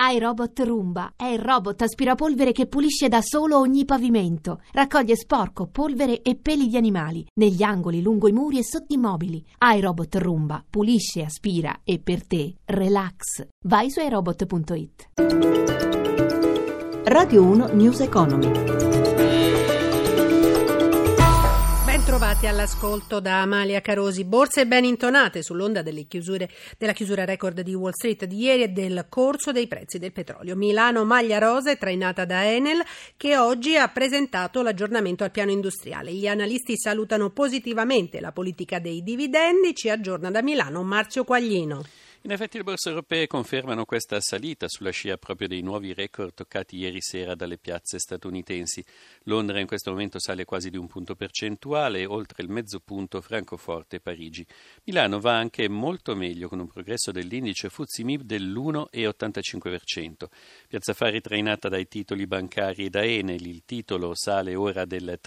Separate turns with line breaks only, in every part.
iRobot Roomba è il robot aspirapolvere che pulisce da solo ogni pavimento. Raccoglie sporco, polvere e peli di animali negli angoli, lungo i muri e sotto i mobili. iRobot Roomba pulisce, aspira e per te relax. Vai su iRobot.it.
Radio 1 News Economy.
Trovati all'ascolto da Amalia Carosi. Borse ben intonate sull'onda della chiusura record di Wall Street di ieri e del corso dei prezzi del petrolio. Milano maglia rosa è trainata da Enel, che oggi ha presentato l'aggiornamento al piano industriale. Gli analisti salutano positivamente la politica dei dividendi. Ci aggiorna da Milano Marzio Quaglino.
In effetti le borse europee confermano questa salita sulla scia proprio dei nuovi record toccati ieri sera dalle piazze statunitensi. Londra in questo momento sale quasi di un punto percentuale, oltre il mezzo punto Francoforte e Parigi. Milano va anche molto meglio, con un progresso dell'indice FTSE MIB dell'1,85%. Piazza Affari trainata dai titoli bancari e da Enel, il titolo sale ora del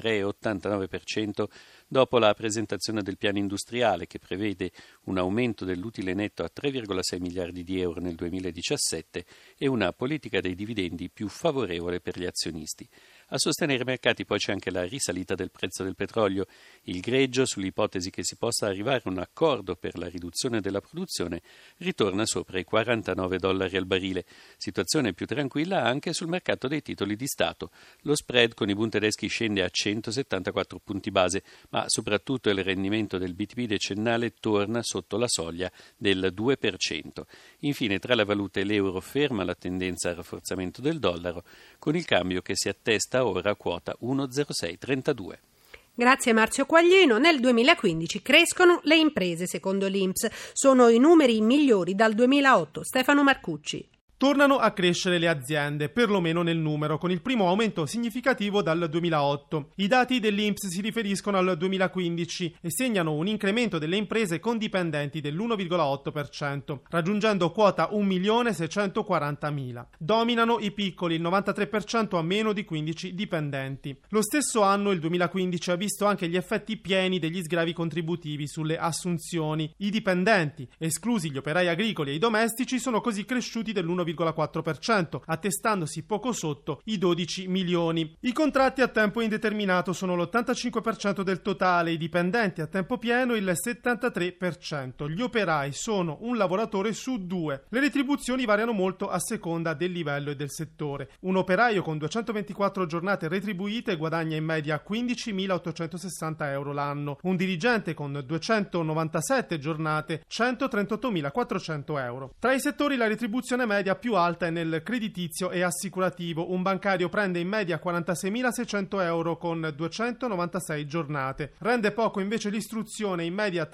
3,89% dopo la presentazione del piano industriale, che prevede un aumento dell'utile netto a 3,6 miliardi di euro nel 2017 e una politica dei dividendi più favorevole per gli azionisti. A sostenere i mercati poi c'è anche la risalita del prezzo del petrolio. Il greggio, sull'ipotesi che si possa arrivare a un accordo per la riduzione della produzione, ritorna sopra i $49 al barile. Situazione più tranquilla anche sul mercato dei titoli di Stato. Lo spread con i Bund tedeschi scende a 174 punti base, ma soprattutto il rendimento del BTP decennale torna sotto la soglia del 2%. Infine, tra la valuta e l'euro ferma la tendenza al rafforzamento del dollaro, con il cambio che si attesta ora a quota 1,0632.
Grazie Marzio Quaglino. Nel 2015 crescono le imprese, secondo l'INPS. Sono i numeri migliori dal 2008. Stefano Marcucci.
Tornano a crescere le aziende, perlomeno nel numero, con il primo aumento significativo dal 2008. I dati dell'INPS si riferiscono al 2015 e segnano un incremento delle imprese con dipendenti dell'1,8%, raggiungendo quota 1.640.000. Dominano i piccoli, il 93% ha meno di 15 dipendenti. Lo stesso anno, il 2015, ha visto anche gli effetti pieni degli sgravi contributivi sulle assunzioni. I dipendenti, esclusi gli operai agricoli e i domestici, sono così cresciuti dell'1,4%, attestandosi poco sotto i 12 milioni. I contratti a tempo indeterminato sono l'85% del totale, i dipendenti a tempo pieno il 73%. Gli operai sono un lavoratore su 2. Le retribuzioni variano molto a seconda del livello e del settore. Un operaio con 224 giornate retribuite guadagna in media 15.860 euro l'anno. Un dirigente con 297 giornate 138.400 euro. Tra i settori la retribuzione media più alta è nel creditizio e assicurativo. Un bancario prende in media 46.600 euro con 296 giornate. Rende poco invece l'istruzione, in media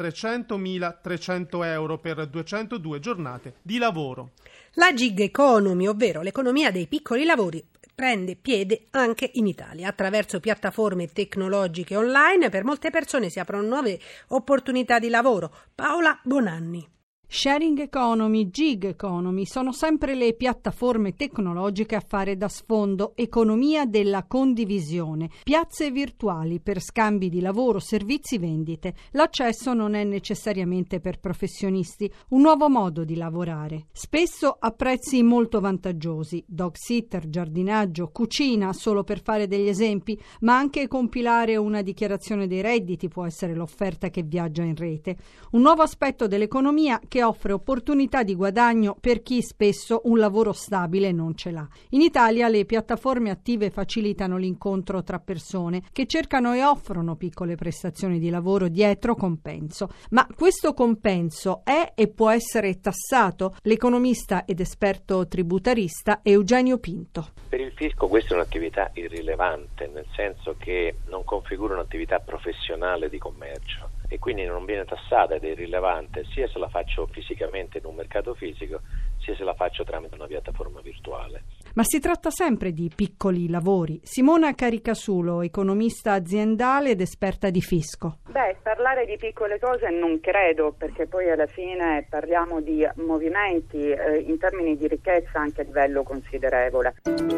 300.300 euro per 202 giornate di lavoro.
La gig economy, ovvero l'economia dei piccoli lavori, prende piede anche in Italia. Attraverso piattaforme tecnologiche online per molte persone si aprono nuove opportunità di lavoro. Paola Bonanni.
Sharing economy, gig economy sono sempre le piattaforme tecnologiche a fare da sfondo, economia della condivisione, piazze virtuali per scambi di lavoro, servizi, vendite. L'accesso non è necessariamente per professionisti, un nuovo modo di lavorare, spesso a prezzi molto vantaggiosi, dog sitter, giardinaggio, cucina, solo per fare degli esempi, ma anche compilare una dichiarazione dei redditi può essere l'offerta che viaggia in rete. Un nuovo aspetto dell'economia che offre opportunità di guadagno per chi spesso un lavoro stabile non ce l'ha. In Italia le piattaforme attive facilitano l'incontro tra persone che cercano e offrono piccole prestazioni di lavoro dietro compenso. Ma questo compenso è e può essere tassato? L'economista ed esperto tributarista Eugenio Pinto.
Per il fisco questa è un'attività irrilevante, nel senso che non configura un'attività professionale di commercio e quindi non viene tassata ed è irrilevante sia se la faccio fisicamente in un mercato fisico sia se la faccio tramite una piattaforma virtuale.
Ma si tratta sempre di piccoli lavori. Simona Caricasulo, economista aziendale ed esperta di fisco.
Parlare di piccole cose non credo, perché poi alla fine parliamo di movimenti in termini di ricchezza anche a livello considerevole.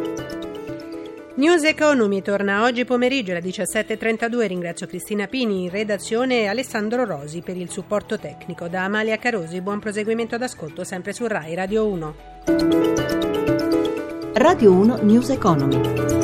News Economy torna oggi pomeriggio alle 17.32. Ringrazio Cristina Pini in redazione e Alessandro Rosi per il supporto tecnico. Da Amalia Carosi, buon proseguimento d'ascolto sempre su Rai Radio 1.
Radio 1 News Economy.